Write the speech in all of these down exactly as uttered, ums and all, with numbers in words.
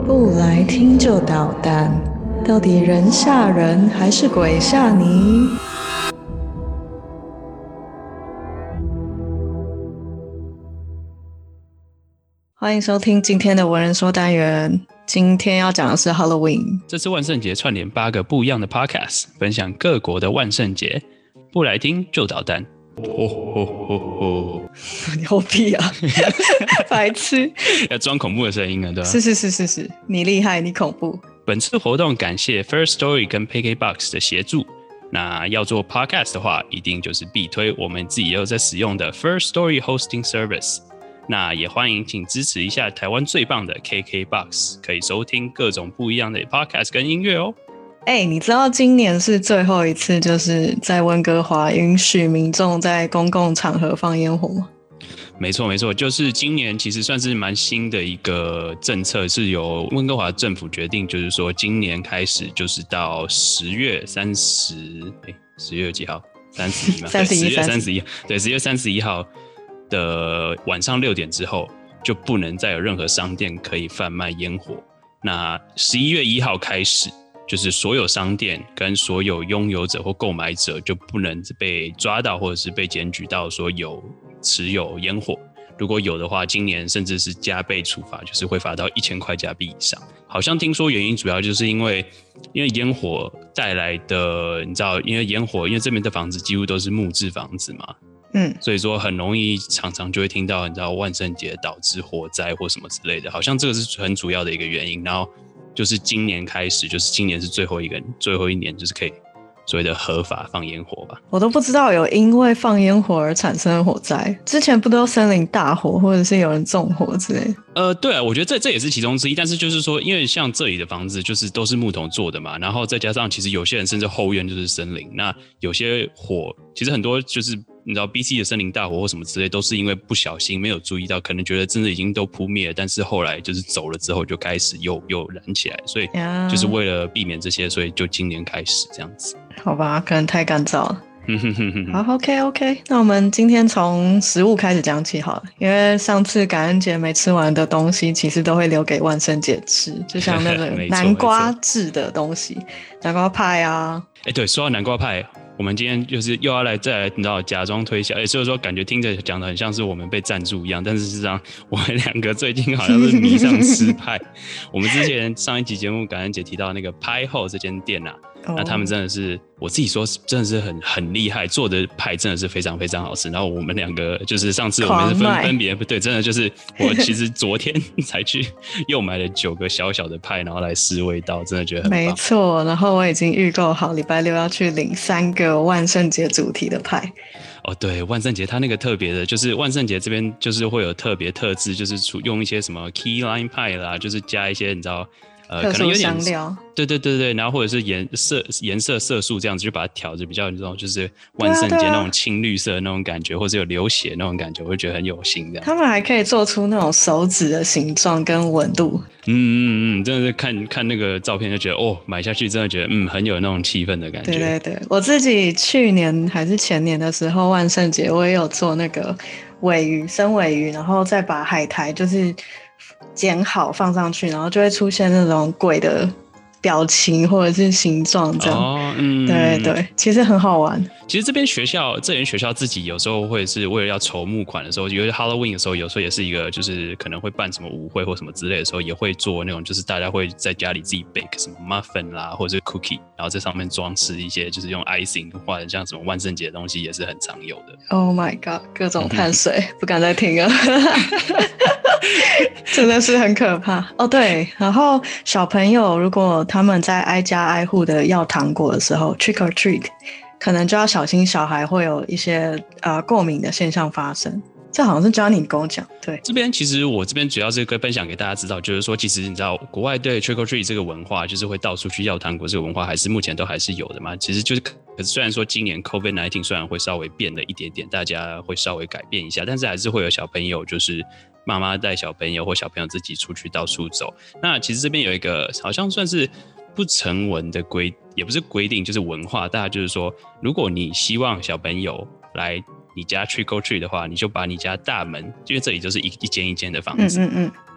不来听就捣蛋，到底人吓人还是鬼吓你？欢迎收听今天的文人说单元。今天要讲的是 Halloween。 这次万圣节串联八个不一样的 podcast， 分享各国的万圣节，不来听就捣蛋。吼吼吼吼！ 牛逼啊！白痴！ 要装恐怖的声音啊，对吧？ 是是是是是，你厉害，你恐怖。 本次活动感谢 First Story 跟 K K B O X 的协助。那要做 podcast 的话，一定就是必推我们自己也有在使用的 First Story Hosting Service。那也欢迎请支持一下台湾最棒的 K K B O X， 可以收听各种不一样的 podcast 跟音乐哦。 哎、欸，你知道今年是最后一次，就是在温哥华允许民众在公共场合放烟火吗？ 没错没错，就是今年其实算是蛮新的一个政策，是由温哥华政府决定，就是说今年开始就是到十月三十，哎，十月几号？三十一嘛， 三十一， 十月三十一，对，十月三十一号的晚上六点之后，就不能再有任何商店可以贩卖烟火。那十一月一号开始，就是所有商店跟所有拥有者或购买者就不能被抓到或者是被检举到说有持有烟火。如果有的话，今年甚至是加倍处罚，就是会罚到一千块加币以上。好像听说原因主要就是因为因为烟火带来的，你知道，因为烟火，因为这边的房子几乎都是木质房子嘛。嗯，所以说很容易常常就会听到你知道万圣节导致火灾或什么之类的，好像这个是很主要的一个原因。然后就是今年开始，就是今年是最后一个最后一年，就是可以所谓的合法放烟火吧。 我都不知道有因为放烟火而产生的火灾，之前不都森林大火或者是有人纵火之类的？ 呃，对啊，我觉得这这也是其中之一。但是就是说，因为像这里的房子就是都是木头做的嘛，然后再加上其实有些人甚至后院就是森林，那有些火其实很多就是你知道 B C 的森林大火或什么之类，都是因为不小心没有注意到，可能觉得真的已经都扑灭了，但是后来就是走了之后就开始又又燃起来，所以就是为了避免这些，所以就今年开始这样子。 好吧，可能太干燥了。好 ，OK OK， 那我们今天从食物开始讲起好了，因为上次感恩节没吃完的东西，其实都会留给万圣节吃，就像那个南瓜制的东西，南瓜派啊。 哎、欸，对，说到南瓜派，我们今天就是又要来再来，你知道假装推销，哎、欸，所以说感觉听着讲的很像是我们被赞助一样，但是事实上我们两个最近好像是迷上吃派。我们之前上一集节目感恩节提到那个派后这间店啊。Oh. 那他们真的是，我自己说真的是很很厉害，做的派真的是非常非常好吃。然后我们两个就是上次我们是分分别对，真的就是我其实昨天才去又买了九个小小的派，然后来试味道，真的觉得很棒。 没错，然后我已经预购好礼拜六要去领三个万圣节主题的派。 哦，对，万圣节它那个特别的，就是万圣节这边就是会有特别特制，就是用一些什么 key lime 派啦，就是加一些你知道。 呃，可能有点香料， 对对对对，然后或者是颜色、颜色、色素这样子，就把它调着比较那种，就是万圣节那种青绿色的那种感觉，或者有流血那种感觉，我会觉得很有心这样。 他们还可以做出那种手指的形状跟纹路， 嗯嗯嗯，真的是看看那个照片就觉得哦，买下去真的觉得嗯很有那种气氛的感觉。 对对对，我自己去年还是前年的时候，万圣节我也有做那个鲔鱼生鲔鱼，然后再把海苔就是剪好放上去，然后就会出现那种鬼的表情或者是形状这样。哦，嗯，对对，其实很好玩。 其实这边学校，这边学校自己有时候会是为了要筹募款的时候，尤其 Halloween 的时候，有时候也是一个就是可能会办什么舞会或什么之类的时候，也会做那种就是大家会在家里自己 bake 什么 muffin 啦，或者是 cookie， 然后在上面装饰一些就是用 icing 或者像什么万圣节的东西，也是很常有的。 Oh my god， 各种碳水，不敢再听了。真的是很可怕哦。对，然后小朋友如果他们在挨家挨户的要糖果的时候 trick or treat， 可能就要小心小孩会有一些呃过敏的现象发生。这好像是 Johnny 跟我讲。对， 这边其实我这边主要是分享给大家知道，就是说其实你知道国外对 trick or treat 这个文化，就是会到处去要糖果这个文化，还是目前都还是有的嘛。其实就是可是虽然说今年 COVID 十九 虽然会稍微变了一点点，大家会稍微改变一下，但是还是会有小朋友就是妈妈带小朋友或小朋友自己出去到处走。那其实这边有一个好像算是不成文的规，也不是规定，就是文化。大家就是说，如果你希望小朋友来你家 trick or treat 的话，你就把你家大门，因为这里就是一一间一间的房子，嗯嗯嗯，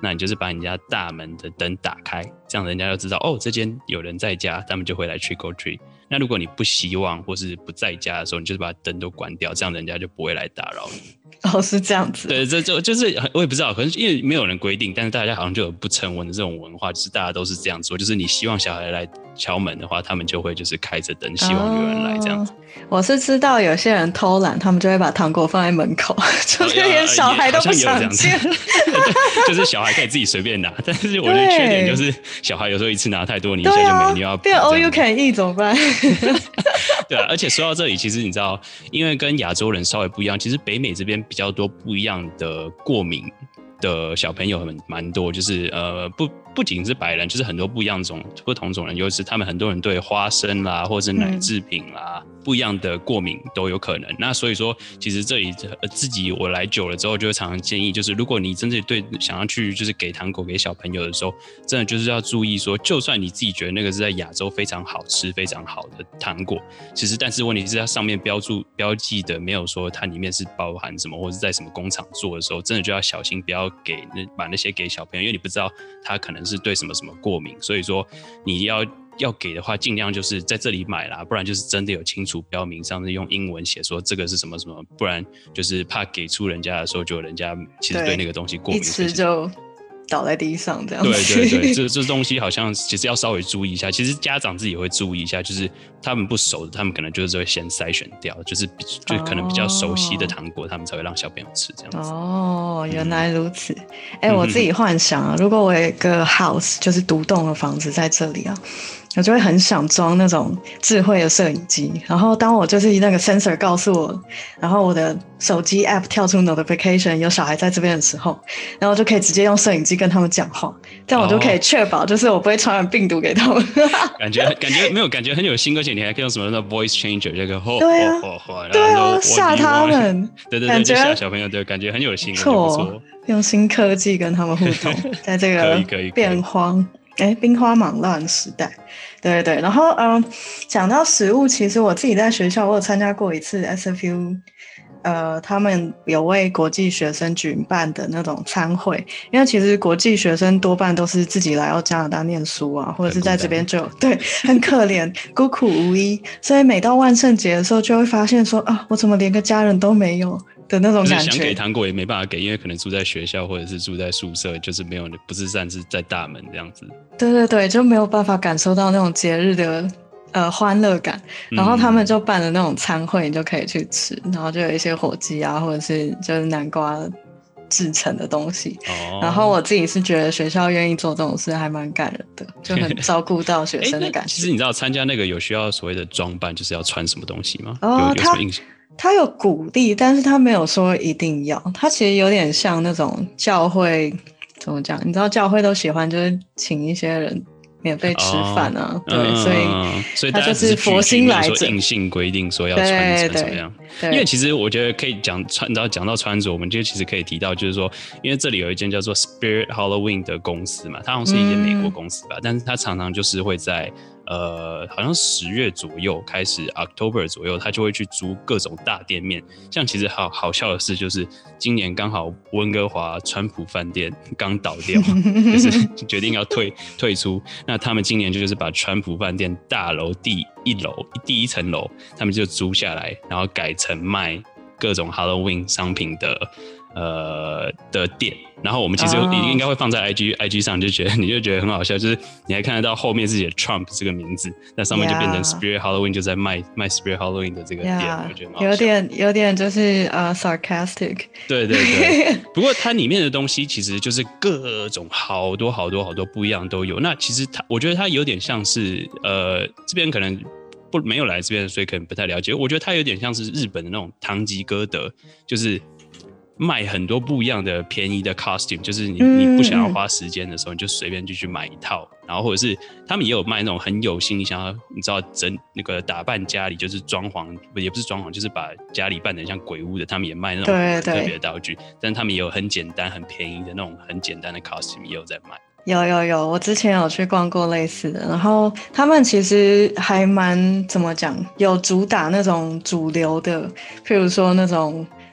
那你就是把你家大门的灯打开，这样人家就知道哦，这间有人在家，他们就会来 trick or treat。那如果你不希望或是不在家的时候，你就是把灯都关掉，这样人家就不会来打扰你。 哦，是这样子。 对，这就就是我也不知道，可能因为没有人规定，但是大家好像就有不成文的这种文化，就是大家都是这样做，就是你希望小孩来敲门的话，他们就会就是开着灯，希望有人来这样子。 哦，我是知道有些人偷懒，他们就会把糖果放在门口，就是连小孩都不想见。 就是小孩可以自己随便拿，但是我的缺点就是小孩有时候一次拿太多，你一下就没，你要变 all you can eat 怎么办？ 对啊，而且说到这里，其实你知道，因为跟亚洲人稍微不一样，其实北美这边比较多不一样的过敏的小朋友很蛮多，就是呃不不仅是白人，就是很多不一样种不同种人，就是他们很多人对花生啦，或者是奶制品啦、嗯、不一样的过敏都有可能。那所以说，其实这里自己我来久了之后，就会常常建议，就是如果你真的对想要去就是给糖果给小朋友的时候，真的就是要注意说，就算你自己觉得那个是在亚洲非常好吃、非常好的糖果，其实但是问题是它上面标注标记的没有说它里面是包含什么，或者是在什么工厂做的时候，真的就要小心，不要给那把那些给小朋友，因为你不知道他可能是对什么什么过敏，所以说你要要给的话，尽量就是在这里买啦，不然就是真的有清楚标明，上次用英文写说这个是什么什么，不然就是怕给出人家的时候，就人家其实对那个东西过敏， 一吃就倒在地上这样子。 对对对，这这东西好像其实要稍微注意一下。其实家长自己也会注意一下，就是他们不熟的，他们可能就是会先筛选掉，就是就可能比较熟悉的糖果，他们才会让小朋友吃这样子。 哦，原来如此。哎、嗯欸，我自己幻想啊，如果我有一个 house， 就是独栋的房子在这里啊。我就会很想装那种智慧的摄影机，然后当我就是那个 sensor 告诉我，然后我的手机 app 跳出 notification 有小孩在这边的时候，然后我就可以直接用摄影机跟他们讲话，这样我就可以确保就是我不会传染病毒给他们。 感觉感觉没有感觉很有心，而且你还可以用什么的 voice changer 这个吼对啊吼吼， 对啊，吓他们， 对对对，就吓小朋友，对，感觉很有心， 错，用新科技跟他们互动，在这个变荒。哎，兵荒马乱时代，对对对。然后，嗯，讲到食物，其实我自己在学校，我有参加过一次 S F U， 呃，他们有为国际学生举办的那种餐会，因为其实国际学生多半都是自己来到加拿大念书啊，或者是在这边就对很可怜，孤苦无依，所以每到万圣节的时候，就会发现说啊，我怎么连个家人都没有。的那种感觉， 就是想给糖果也没办法给，因为可能住在学校或者是住在宿舍，就是没有，不是算是在大门这样子。 对对对，就没有办法感受到那种节日的呃欢乐感。然后他们就办了那种餐会，你就可以去吃，然后就有一些火鸡啊，或者是就是南瓜制成的东西。哦。然后我自己是觉得学校愿意做这种事还蛮感人的，就很照顾到学生的感觉。 其实你知道参加那个有需要所谓的装扮，就是要穿什么东西吗？ 哦， 有有什么印象？ 他有鼓励，但是他没有说一定要。他其实有点像那种教会，怎么讲？你知道教会都喜欢就是请一些人免费吃饭啊，哦、对、嗯，所以所以他就是佛心来着， 硬性规定说要穿成什么样。因为其实我觉得可以讲穿，然后讲到穿着，我们就其实可以提到，就是说，因为这里有一间叫做 Spirit Halloween 的公司嘛，它好像是一间美国公司吧，嗯、但是它常常就是会在。呃，好像十月左右开始 ，October 左右，他就会去租各种大店面。像其实好好笑的是，就是今年刚好温哥华川普饭店刚倒掉，就是决定要退退出。那他们今年就是把川普饭店大楼第一楼第一层楼，他们就租下来，然后改成卖各种 Halloween 商品的。呃的店，然后我们其实应该会放在 I G、oh. I G 上，就觉得你就觉得很好笑，就是你还看得到后面是写 Trump 这个名字，那上面就变成 Spirit Halloween， 就在卖卖 Spirit Halloween 的这个店， yeah, 我觉得蛮好笑， 有点有点就是呃、uh, sarcastic。 对对对，不过它里面的东西其实就是各种好多好多好多不一样都有。那其实它，我觉得它有点像是呃这边可能。不没有来这边，所以可能不太了解。我觉得它有点像是日本的那种唐吉诃德，就是卖很多不一样的便宜的 costume， 就是你你不想要花时间的时候，你就随便就去买一套。然后或者是他们也有卖那种很有心，你想要你知道整那个打扮家里，就是装潢，也不是装潢，就是把家里扮得像鬼屋的，他们也卖那种很特别的道具。但是他们也有很简单、很便宜的那种很简单的 costume 也有在卖。 有有有，我之前有去逛过类似的，然后他们其实还蛮怎么讲，有主打那种主流的，譬如说那种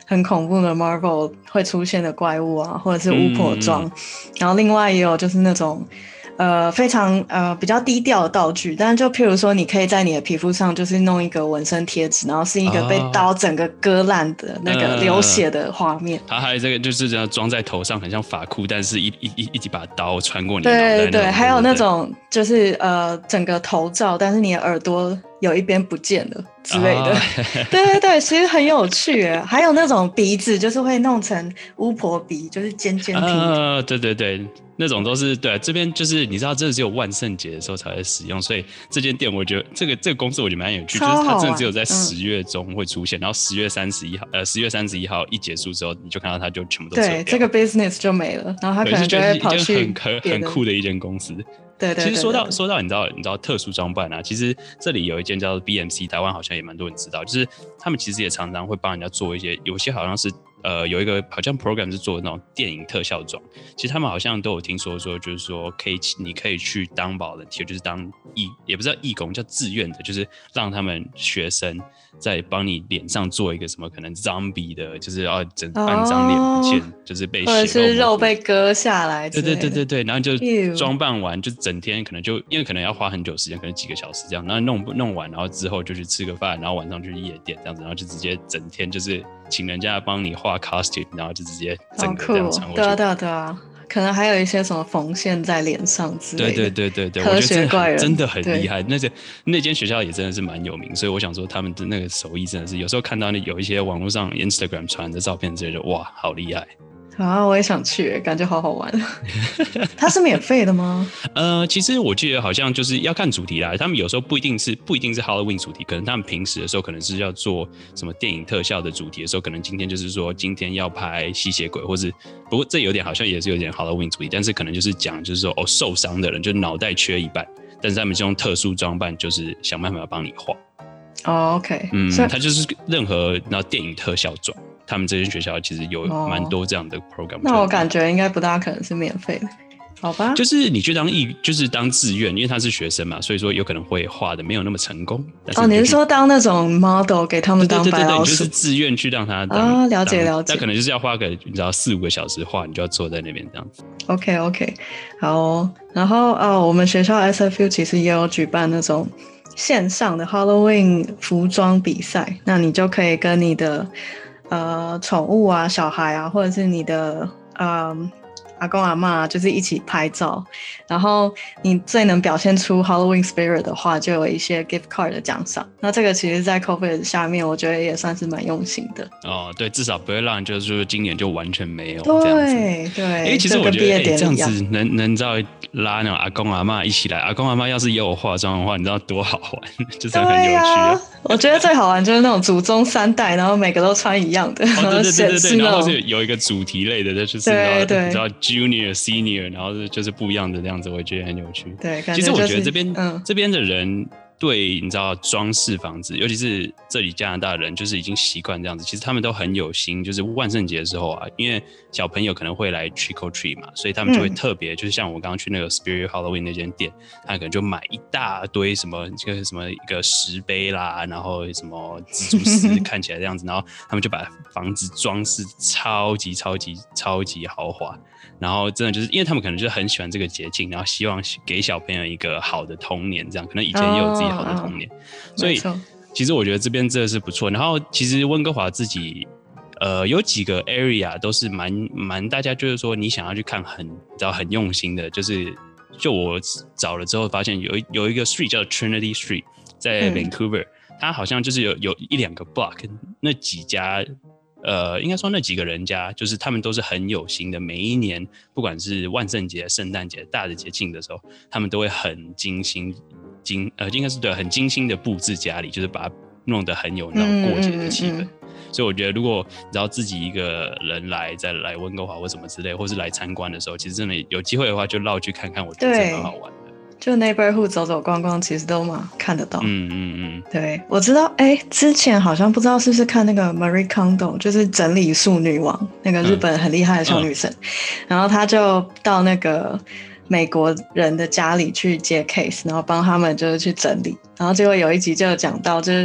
很恐怖的 Marvel 会出现的怪物啊，或者是巫婆装、嗯、然后另外也有就是那种呃非常呃比较低调的道具，但是就譬如说你可以在你的皮肤上就是弄一个纹身贴纸，然后是一个被刀整个割烂的那个流血的画面、呃、 它还有这个就是这样装在头上很像发箍，但是一一一一把刀穿过你的脑袋， 对对对，还有那种就是呃整个头罩，但是你的耳朵有一边不见了之类的、哦、对对对，其实很有趣耶。还有那种鼻子就是会弄成巫婆鼻，就是尖尖平的、 呃、对对对，那种都是对。这边就是你知道，这只有万圣节的时候才会使用，所以这间店我觉得这个这个公司我觉得蛮有趣，就是它真的只有在十月中会出现，嗯、然后十月三十一号呃十月三十一号一结束之后，你就看到它就全部都撤掉， 对，这个 business 就没了，然后它可能就会跑去很很酷的一间公司。 对对对对对， 其实说到说到你知道你知道特殊装扮啊，其实这里有一间叫做 B M C， 台湾好像也蛮多人知道，就是他们其实也常常会帮人家做一些，有些好像是呃有一个好像 program 是做那种电影特效妆，其实他们好像都有听说说，就是说可以你可以去当 volunteer， 就是当义也不是叫义工，叫自愿的，就是让他们学生在帮你脸上做一个什么可能 zombie 的，就是要整半张脸不见，哦、就是被血肉或者是肉被割下来之类的， 对对对对对，然后就装扮完就整天可能就因为可能要花很久时间，可能几个小时这样，然后弄弄完，然后之后就去吃个饭，然后晚上去夜店这样子，然后就直接整天就是请人家帮你画 costume， 然后就直接整个这样穿过去。 对啊对啊对啊，可能还有一些什么缝线在脸上之类的。 对对对对对， 科学怪人真的很厉害。那那间学校也真的是蛮有名，所以我想说他们的那个手艺真的是，有时候看到有一些网络上 Instagram 传的照片之类的，哇，好厉害。 啊，我也想去，感觉好好玩。它是免费的吗？ 呃，其实我记得好像就是要看主题啦。他们有时候不一定是不一定是 Halloween 主题，可能他们平时的时候可能是要做什么电影特效的主题的时候，可能今天就是说今天要拍吸血鬼，或是不过这有点好像也是有点 Halloween 主题，但是可能就是讲就是说哦受伤的人就是脑袋缺一半，但是他们就用特殊装扮，就是想办法帮你画。 哦、oh, OK， 嗯，它就是任何然后电影特效妆。他们这间学校其实有蛮多这样的 program， 那我感觉应该不大可能是免费的，好吧？ 就是你去当义，就是当志愿，因为他是学生嘛，所以说有可能会画的没有那么成功。但是你哦，你是说当那种 model 给他们当白老鼠？ 对对对对，你就是自愿去让他当。 哦，了解了解。 那可能就是要花个你知道四五个小时画，你就要坐在那边这样子。 OK OK， 好、哦。然后哦，我们学校 S F U 其实也有举办那种线上的 Halloween 服装比赛，那你就可以跟你的呃，宠物啊、小孩啊，或者是你的呃阿公阿嬷，就是一起拍照。然后你最能表现出 Halloween spirit 的话，就有一些 gift card 的奖赏。那这个其实，在 COVID 下面，我觉得也算是蛮用心的。 哦，对，至少不会让就是说今年就完全没有对这样子。 对， 因为其实我觉得、欸、这样子能能知道拉那种阿公阿嬷一起来，阿公阿嬷要是也有化妆的话，你知道多好玩，就是很有趣、啊。 我觉得最好玩就是那种祖宗三代，然后每个都穿一样的， 哦、对对对对对，然后是有一个主题类的，就是对对，你知道 Junior Senior， 然后就是不一样的这样子，我觉得很有趣。 对， 其实我觉得这边、 嗯、 这边的人对你知道装饰房子，尤其是这里加拿大人，就是已经习惯这样子。其实他们都很有心，就是万圣节的时候啊，因为小朋友可能会来 trick or treat 嘛，所以他们就会特别、嗯，就是像我刚刚去那个 Spirit Halloween 那间店，他可能就买一大堆什么这个什么一个石碑啦，然后什么蜘蛛丝看起来这样子，然后他们就把房子装饰超级超级超级豪华。然后真的就是因为他们可能就是很喜欢这个节庆，然后希望给小朋友一个好的童年，这样可能以前也有自己好的童年，哦、所以其实我觉得这边真的是不错。然后其实温哥华自己呃有几个 area 都是蛮蛮大家就是说你想要去看很你知道很用心的，就是就我找了之后发现有有一个 street 叫 Trinity Street 在 Vancouver，、嗯、它好像就是有有一两个 block 那几家。呃，应该说那几个人家，就是他们都是很有心的。每一年，不管是万圣节、圣诞节、大的节庆的时候，他们都会很精心精呃，应该是对，很精心的布置家里，就是把它弄得很有那种过节的气氛。嗯嗯嗯嗯，所以我觉得，如果你知道自己一个人来，再来温哥华或什么之类，或是来参观的时候，其实真的有机会的话，就绕去看看，我觉得真的蛮好玩的。 就 neighborhood 走走逛逛，其实都蛮看得到。 嗯嗯嗯， 对，我知道。哎，之前好像不知道是不是看那个 Marie Kondo， 就是整理术女王，那个日本很厉害的小女生，嗯、然后她就到那个美国人的家里去接 case， 然后帮他们就是去整理，然后结果有一集就有讲到，就是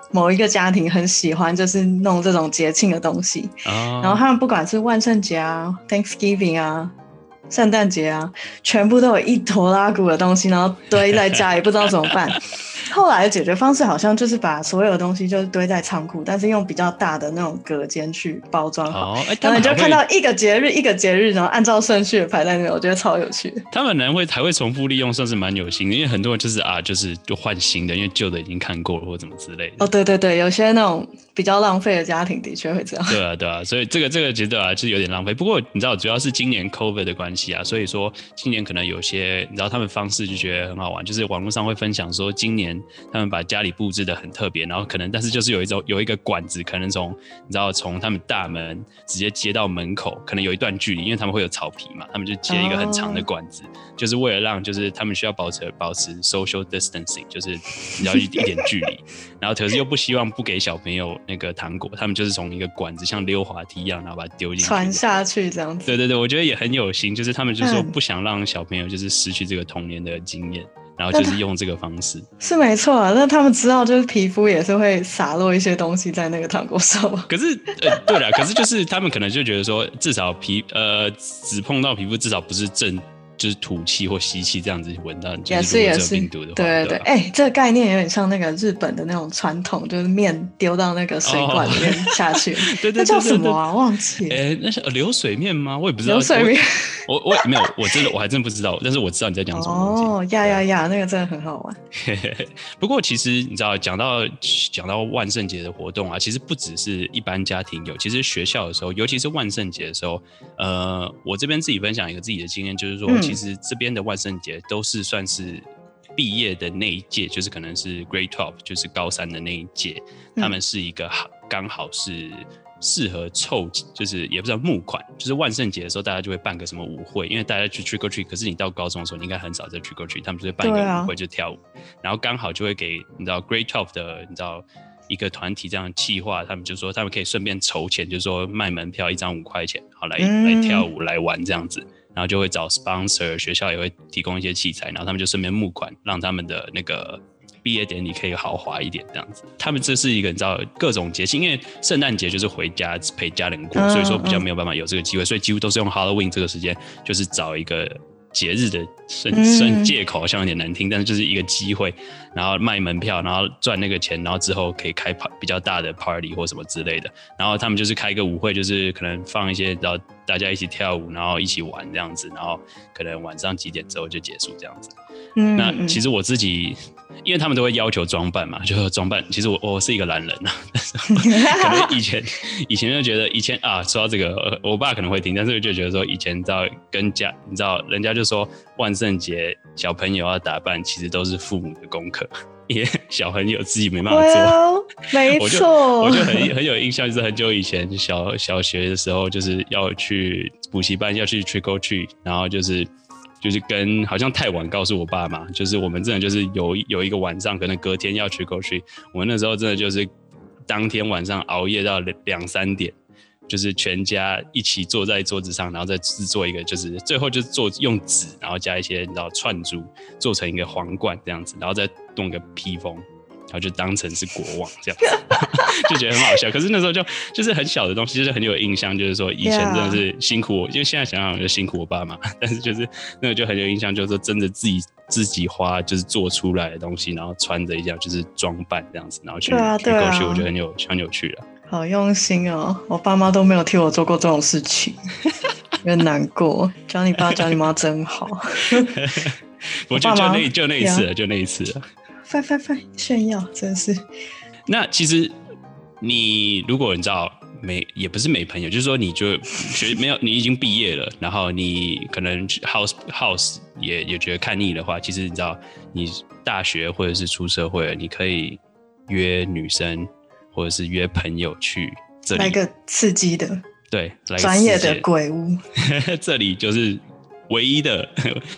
某一个家庭很喜欢就是弄这种节庆的东西，哦、然后他们不管是万圣节啊 Thanksgiving 啊圣诞节啊，全部都有一坨拉骨的东西，然后堆在家里不知道怎么办。后来的解决方式好像就是把所有的东西就是堆在仓库，但是用比较大的那种隔间去包装好，哦欸、然后你就看到一个节日一个节日，然后按照顺序排在那里，我觉得超有趣的。 他们人会还会重复利用，算是蛮有心的，因为很多人就是啊，就是就换新的，因为旧的已经看过了或怎么之类的。 哦，对对对，有些那种比较浪费的家庭的确会这样。 对啊，对啊，所以这个这个觉得啊，就是有点浪费。不过你知道，主要是今年 COVID 的关系啊，所以说今年可能有些你知道他们方式就觉得很好玩，就是网络上会分享说，今年他们把家里布置的很特别，然后可能但是就是有一种有一个管子，可能从你知道从他们大门直接接到门口，可能有一段距离，因为他们会有草皮嘛，他们就接一个很长的管子， oh. 就是为了让就是他们需要保持保持 social distancing， 就是你要一点距离，然后可是又不希望不给小朋友那个糖果，他们就是从一个管子像溜滑梯一样，然后把它丢进去传下去这样子。 对对对，我觉得也很有心，就是他们就说不想让小朋友就是失去这个童年的经验。然后就是用这个方式是没错啊，那他们知道就是皮肤也是会洒落一些东西在那个糖果上。 可是呃，对啦，可是就是他们可能就觉得说，至少皮呃只碰到皮肤，至少不是正就是吐气或吸气这样子闻到，就是如果这个病毒的话， 对对对，哎、欸，这个概念有点像那个日本的那种传统，就是面丢到那个水管里面下去，哦、对, 对, 对, 对，那叫什么啊？忘记了。 哎、欸，那是流水面吗？我也不知道。 流水面， 我我没有，我真的我还真不知道，但是我知道你在讲什么东西。 哦呀呀呀，那个真的很好玩。 不过其实你知道，讲到讲到万圣节的活动啊，其实不只是一般家庭有，其实学校的时候，尤其是万圣节的时候，呃，我这边自己分享一个自己的经验，就是说。嗯其实这边的万圣节都是算是毕业的那一届，就是可能是 Grade 十二，就是高三的那一届，嗯、他们是一个刚好是适合凑，就是也不知道募款，就是万圣节的时候大家就会办个什么舞会，因为大家去 trick or treat， 可是你到高中的时候你应该很少在 trick or treat， 他们就会办一个舞会、啊、就跳舞，然后刚好就会给你知道 Grade 十二的你知道。一个团体这样企划，他们就说他们可以顺便筹钱，就是说卖门票一张五块钱，好来、嗯、来跳舞来玩这样子，然后就会找 sponsor， 学校也会提供一些器材，然后他们就顺便募款，让他们的那个毕业典礼可以豪华一点这样子。他们这是一个你知道各种节庆，因为圣诞节就是回家陪家人过，所以说比较没有办法有这个机会，所以几乎都是用 Halloween 这个时间，就是找一个。节日的甚借口好像有点难听，但是就是一个机会，然后卖门票，然后赚那个钱，然后之后可以开比较大的 party 或什么之类的。然后他们就是开一个舞会，就是可能放一些，然后大家一起跳舞，然后一起玩这样子，然后可能晚上几点之后就结束这样子。嗯，那其实我自己，因为他们都会要求装扮嘛，就装扮。其实我我是一个懒人啊，但是可能以前以前就觉得以前啊，说到这个，我爸可能会听，但是就觉得说以前你知道跟家，你知道人家就说万圣节小朋友要打扮，其实都是父母的功课。因为小朋友自己没办法做， well, 没错， 我就很很有印象，就是很久以前小小学的时候，就是要去补习班，要去 trick or treat， 然后就是就是跟好像太晚告诉我爸妈，就是我们真的就是有有一个晚上，可能隔天要 trick or treat， 我们那时候真的就是当天晚上熬夜到两三点。就是全家一起坐在桌子上，然后再制作一个，就是最后就是做用纸，然后加一些你知道串珠，做成一个皇冠这样子，然后再弄个披风，然后就当成是国王这样子，就觉得很好笑。可是那时候就就是很小的东西，就是很有印象，就是说以前真的是辛苦我，因为现在想想就辛苦我爸妈，但是就是那个就很有印象，就是说真的自己自己花就是做出来的东西，然后穿着一样就是装扮这样子，然后去去过去，我觉得很有很有趣了。 好用心哦！我爸妈都没有替我做过这种事情，有点难过。教你爸教你妈真好。 我就就那就那一次了，就那一次了。 快快快炫耀，真是。 那其实你如果你知道没，也不是没朋友，就是说你就学没有，你已经毕业了，然后你可能 house house 也也觉得看腻的话，其实你知道，你大学或者是出社会了，你可以约女生。或者是约朋友去这里， 来个刺激的， 对，来专业的鬼屋。 这里就是唯一的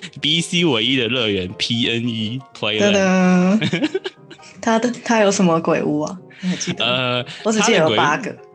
B C 唯一的乐园 P N E Playland。 他的他有什么鬼屋啊？你还记得？呃，我只记得有八个。 对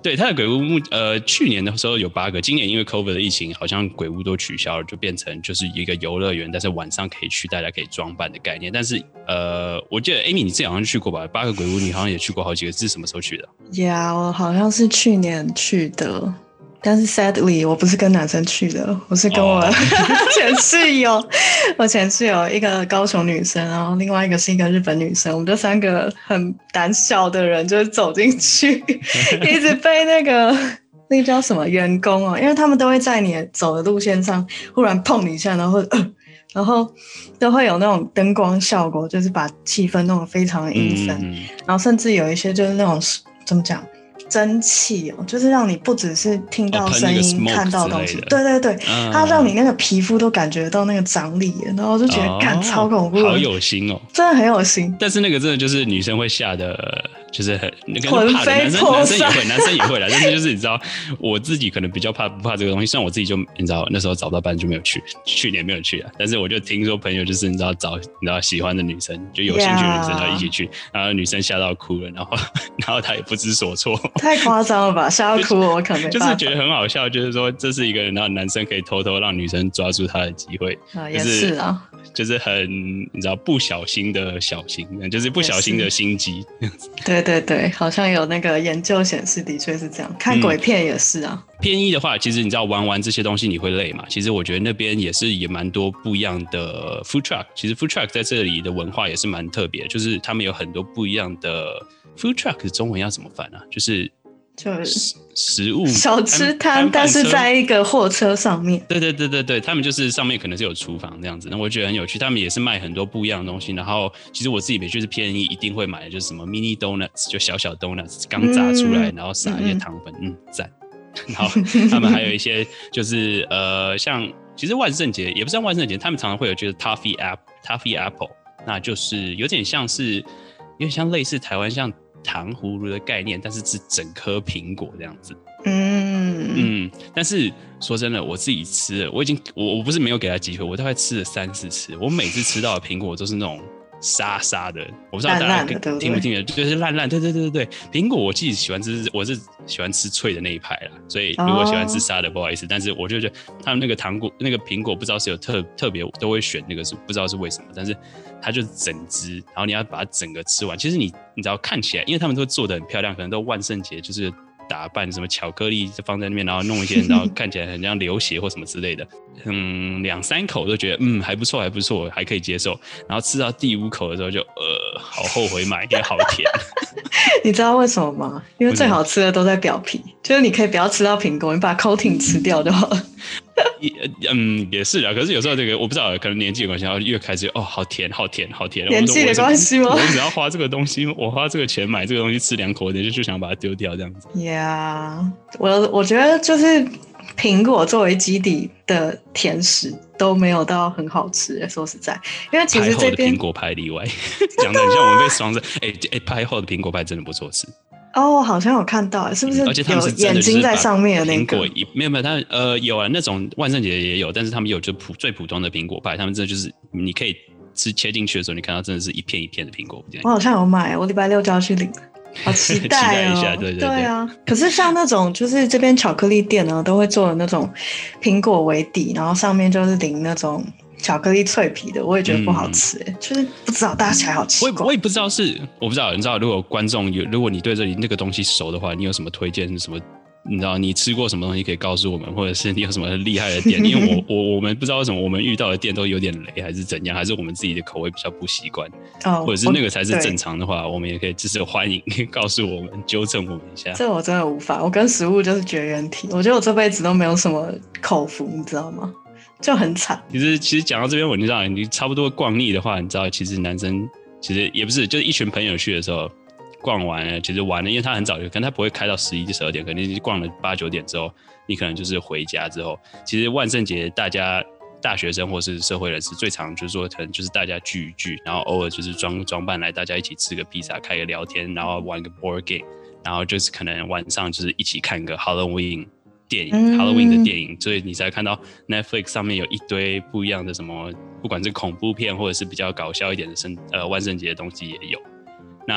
对，它的鬼屋目呃去年的时候有八个，今年因为 COVID 的疫情，好像鬼屋都取消了，就变成就是一个游乐园，但是晚上可以去，大家可以装扮的概念。但是呃，我记得 Amy 你自己好像去过吧？八个鬼屋你好像也去过好几个，是什么时候去的？ 呀、yeah, 我好像是去年去的。但是 sadly 我不是跟男生去的，我是跟我、oh. 前室友，我前室友一个高雄女生，然后另外一个是一个日本女生，我们这三个很胆小的人就是走进去，一直被那个那个叫什么员工哦，因为他们都会在你走的路线上忽然碰你一下，然后、呃、然后都会有那种灯光效果，就是把气氛弄得非常的阴森、嗯，然后甚至有一些就是那种怎么讲？蒸汽哦，就是让你不只是听到声音、哦、看到东西，对对对、嗯，它让你那个皮肤都感觉到那个张力，然后就觉得干、哦、超恐怖， 好有心哦， 真的很有心。 但是那个真的就是女生会吓的，就是很那个怕的，男生男生也会，男生也会啦。但是就是你知道，我自己可能比较怕不怕这个东西，虽然我自己就你知道那时候找不到班就没有去，去年没有去啊。但是我就听说朋友就是你知道找你知道喜欢的女生，就有兴趣的女生然后一起去，然后女生吓到哭了，然后然后她也不知所措。 太夸张了吧！吓到哭我可能没办法， 就是觉得很好笑，就是说这是一个然后男生可以偷偷让女生抓住他的机会啊，也是啊， 就是很你知道不小心的小心，就是不小心的心机。 对对对，好像有那个研究显示，的确是这样。看鬼片也是啊。嗯、 偏一的话，其实你知道玩完这些东西你会累嘛？其实我觉得那边也是也蛮多不一样的 food truck。其实 food truck 在这里的文化也是蛮特别的，就是他们有很多不一样的 food truck 的中文要怎么翻啊？就是就是食物小吃摊，但是在一个货车上面。 对对对对对，他们就是上面可能是有厨房这样子，那我觉得很有趣。他们也是卖很多不一样的东西，然后其实我自己每去是偏一一定会买的，就是什么 mini donuts， 就小小 donuts 刚炸出来，嗯、然后撒一些糖粉，嗯，赞。然后他们还有一些就是呃，像其实万圣节也不是万圣节，他们常常会有就是 toffee apple toffee apple， 那就是有点像是有点像类似台湾像糖葫芦的概念，但是是整颗苹果这样子。嗯嗯，但是说真的，我自己吃了，我已经我我不是没有给他机会，我大概吃了三四次，我每次吃到的苹果都是那种沙沙的，我不知道大家听不听得，就是烂烂，对对对对对。苹果我自己喜欢吃，我是喜欢吃脆的那一派啦，所以如果喜欢吃沙的，不好意思，但是我就觉得他们那个糖果那个苹果不知道是有特特别都会选那个是不知道是为什么，但是它就是整只，然后你要把它整个吃完。其实你你知道看起来，因为他们都做得很漂亮，可能都万圣节就是打扮什么巧克力放在那边，然后弄一些，然后看起来很像流血或什么之类的。嗯，两三口都觉得嗯还不错还不错，还可以接受。然后吃到第五口的时候就呃好后悔买，因为好甜。 你知道为什么吗？因为最好吃的都在表皮，就是你可以不要吃到苹果，你把 coating 吃掉就好了。 嗯，也是啊。可是有时候这个我不知道，可能年纪有关系，然后越开始哦，好甜，好甜，好甜。 年纪的关系吗？ 我只要花这个东西，我花这个钱买这个东西，吃两口，我就就想把它丢掉这样子。 呀、yeah, 我我觉得就是苹果作为基底的甜食都没有到很好吃，说实在，因为其实这边苹果派例外，讲的很像我们被双生。哎哎，拍后的苹果派真的不错吃。 哦，好像有看到，是不是？ 而且他们是有眼睛在上面的那个？ 苹果没有没有，他呃有啊，那种万圣节也有，但是他们有就普最普通的苹果派，他们真的就是你可以吃切进去的时候，你看到真的是一片一片的苹果。 我好像有买，我礼拜六就要去领，好期待哦！ 期待一下，对对 对, 对啊。可是像那种就是这边巧克力店呢，都会做的那种苹果为底，然后上面就是淋那种巧克力脆皮的，我也觉得不好吃、欸嗯，就是不知道大家起来好奇怪。 我也我也不知道是，我不知道，你知道，如果观众有，如果你对这里那个东西熟的话，你有什么推荐？什么？你知道你吃过什么东西可以告诉我们，或者是你有什么厉害的店？因为我我我们不知道为什么我们遇到的店都有点雷，还是怎样，还是我们自己的口味比较不习惯，哦、或者是那个才是正常的话，我们也可以就是欢迎告诉我们，纠正我们一下。 这我真的无法，我跟食物就是绝缘体，我觉得我这辈子都没有什么口福，你知道吗？就很惨。 其实其实讲到这边，我就知道你差不多逛腻的话，你知道其实男生其实也不是，就是一群朋友去的时候。逛完了，其实完了，因为他很早就，可能他不会开到十一、十二点，可能逛了八九点之后，你可能就是回家之后。其实万圣节大家大学生或是社会人士最常就是说，可能就是大家聚一聚，然后偶尔就是装装扮来，大家一起吃个披萨，开个聊天，然后玩个 board game， 然后就是可能晚上就是一起看个 Halloween 电影、嗯、，Halloween 的电影，所以你才看到 Netflix 上面有一堆不一样的什么，不管是恐怖片或者是比较搞笑一点的圣呃万圣节的东西也有。那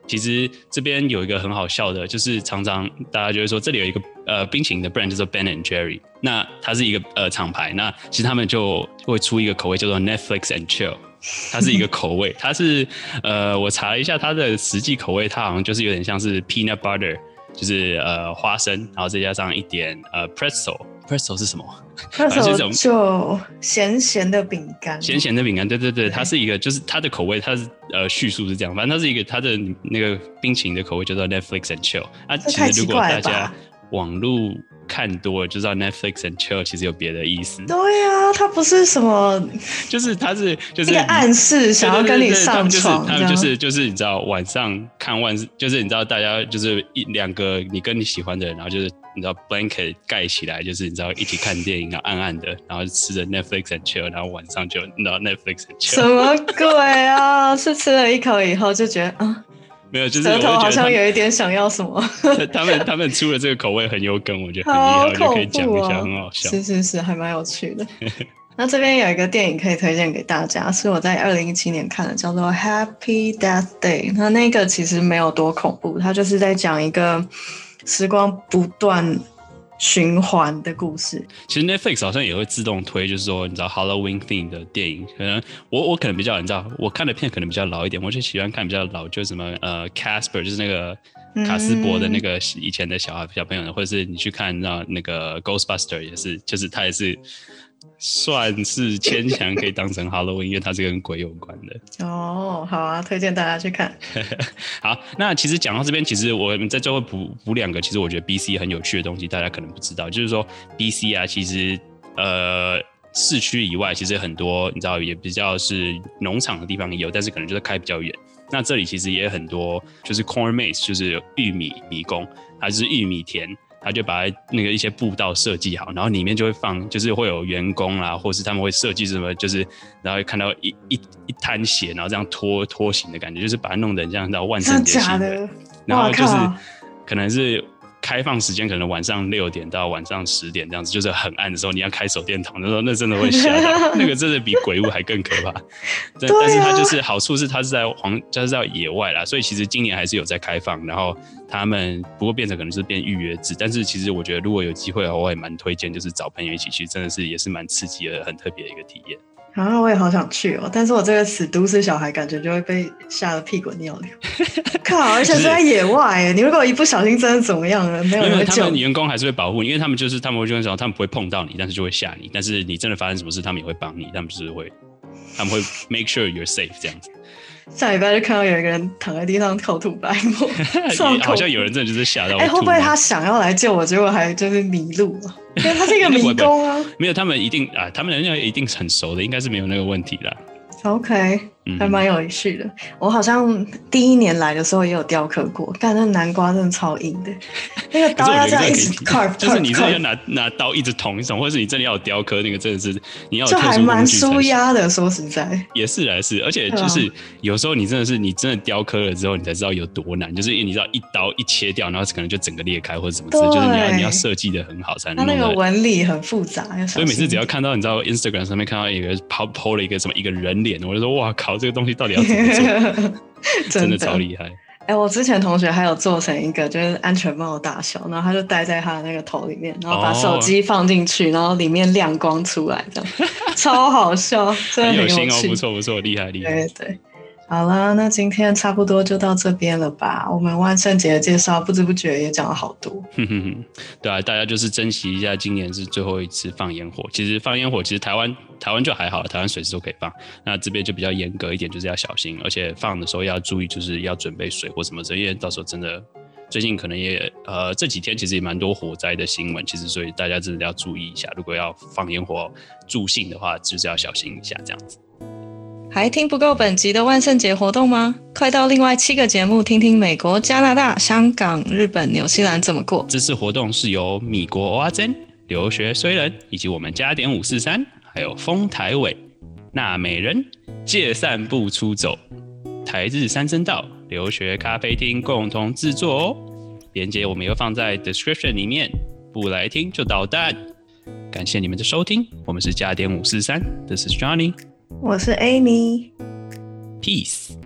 其实这边有一个很好笑的，就是常常大家就会说这里有一个呃冰淇淋的 brand 叫做 Ben and Jerry， 那它是一个呃厂牌，那其实他们就会出一个口味叫做 Netflix and Chill， 它是一个口味，它是呃我查了一下它的实际口味，它好像就是有点像是 peanut butter， 就是呃花生，然后再加上一点呃 pretzel。pretzel 是什么？ pretzel 就咸咸的饼干， 咸咸的饼干，对对对，它是一个，就是它的口味，它是呃叙述是这样，反正它是一个它的那个冰淇淋的口味叫做 Netflix and Chill。啊，其实如果大家网路看多了，就知道 Netflix and Chill 其实有别的意思。 对啊，它不是什么， 就是它是就是一个暗示，想要跟你上床， 他们就是就是你知道晚上看万，就是你知道大家就是一两个你跟你喜欢的人，然后就是你知道 blanket 盖起来，就是你知道一起看电影，然后暗暗的，然后吃着 Netflix and Chill， 然后晚上就你知道 Netflix and Chill。 什么鬼啊？是吃了一口以后就觉得啊。 没有，就是舌头好像有一点想要什么。 他们他们出了这个口味很有梗，我觉得很厉害，我就可以讲一下，很好笑。 是是是，还蛮有趣的。那这边有一个电影可以推荐给大家，是我在二零一七年看的，叫做《Happy Death Day》。那那个其实没有多恐怖，它就是在讲一个时光不断循环的故事。 其实 Netflix 好像也会自动推，就是说你知道 Halloween theme 的电影，可能我我可能比较你知道，我看的片可能比较老一点，我就喜欢看比较老，就是什么呃 Casper， 就是那个卡斯伯的那个以前的小孩小朋友，或者是你去看那那个 Ghostbuster 也是，就是他也是算是牵强可以当成 Halloween， 因为它是跟鬼有关的。 哦，好啊，推荐大家去看。 好，那其实讲到这边，其实我们在最后补补两个，其实我觉得 B C 很有趣的东西，大家可能不知道，就是说 B C 啊，其实呃市区以外，其实很多你知道也比较是农场的地方也有，但是可能就是开比较远。那这里其实也有很多，就是 corn maze， 就是玉米迷宫，它就是玉米田。他就把那个一些步道设计好，然后里面就会放，就是会有员工啊，或是他们会设计什么，就是然后会看到一一一滩血，然后这样拖拖行的感觉，就是把它弄得很像到万圣节气氛。然后就是可能是开放时间，可能晚上六点到晚上十点这样子，就是很暗的时候，你要开手电筒的时候，那真的会吓到，那个真的比鬼屋还更可怕。但, 但是它就是好处是它是在黄，它是在野外啦，所以其实今年还是有在开放，然后他们不过变成可能是变预约制，但是其实我觉得如果有机会的话，我也蛮推荐，就是找朋友一起去，真的是也是蛮刺激的、很特别的一个体验。 啊，我也好想去哦，但是我这个死都市小孩感觉就会被吓得屁滚尿流。靠，而且是在野外，你如果一不小心真的怎么样了，没有人会救你。 他们员工还是会保护你，因为他们就是他们会就说他们不会碰到你，但是就会吓你。但是你真的发生什么事，他们也会帮你，他们就是会，他们会 make sure you're safe 这样子。 上礼拜就看到有一个人躺在地上口吐白沫， 好像有人真的就是吓到我。 哎、欸，会不会他想要来救我，结果还就是迷路了？因为他是一个迷宫啊。 没有，他们一定啊，他们人家一定很熟的，应该是没有那个问题啦。 OK， 还蛮有趣的。我好像第一年来的时候也有雕刻过，但那南瓜真的超硬的，那个刀要这样一直 carve， 就是你真的要拿拿刀一直捅一捅，或者是你真的要有雕刻，那个真的是你要有特殊工具才行。 就还蛮舒压的，说实在。 也是啊，是，而且就是有时候你真的是你真的雕刻了之后，你才知道有多难，就是你知道一刀一切掉，然后可能就整个裂开或者什么之类，就是你要你要设计的很好才能弄。 它那个纹理很复杂， 所以每次只要看到你知道 Instagram 上面看到一个 po po 了一个什么一个人脸，我就说哇靠，这个东西到底要怎么做？真的超厉害。 哎、欸，我之前同学还有做成一个就是安全帽的大小，然后他就戴在他的那个头里面，然后把手机放进去，哦、然后里面亮光出来，这样超好笑，真的很有趣。 很有心哦，不错不错，厉害厉害。 对对。好啦，那今天差不多就到这边了吧？我们万圣节的介绍不知不觉也讲了好多。 哼哼哼，对啊，大家就是珍惜一下，今年是最后一次放烟火。其实放烟火，其实台湾台湾就还好，台湾随时都可以放。那这边就比较严格一点，就是要小心，而且放的时候要注意，就是要准备水或什么的，因为到时候真的最近可能也呃这几天其实也蛮多火灾的新闻，其实所以大家真的要注意一下，如果要放烟火助兴的话，就是要小心一下这样子。 还听不够本集的万圣节活动吗？快到另外七个节目听听美国、加拿大、香港、日本、纽西兰怎么过。 这次活动是由米国蚵仔煎、留学虽人以及我们加点五四三，还有丰台伟、纳美人、借散步出走、台日三声道、留学咖啡厅共同制作哦。连结我们又放在 description 里面，不来听就捣蛋。感谢你们的收听，我们是加点五四三 ，This is Johnny。 我是 Amy， Peace。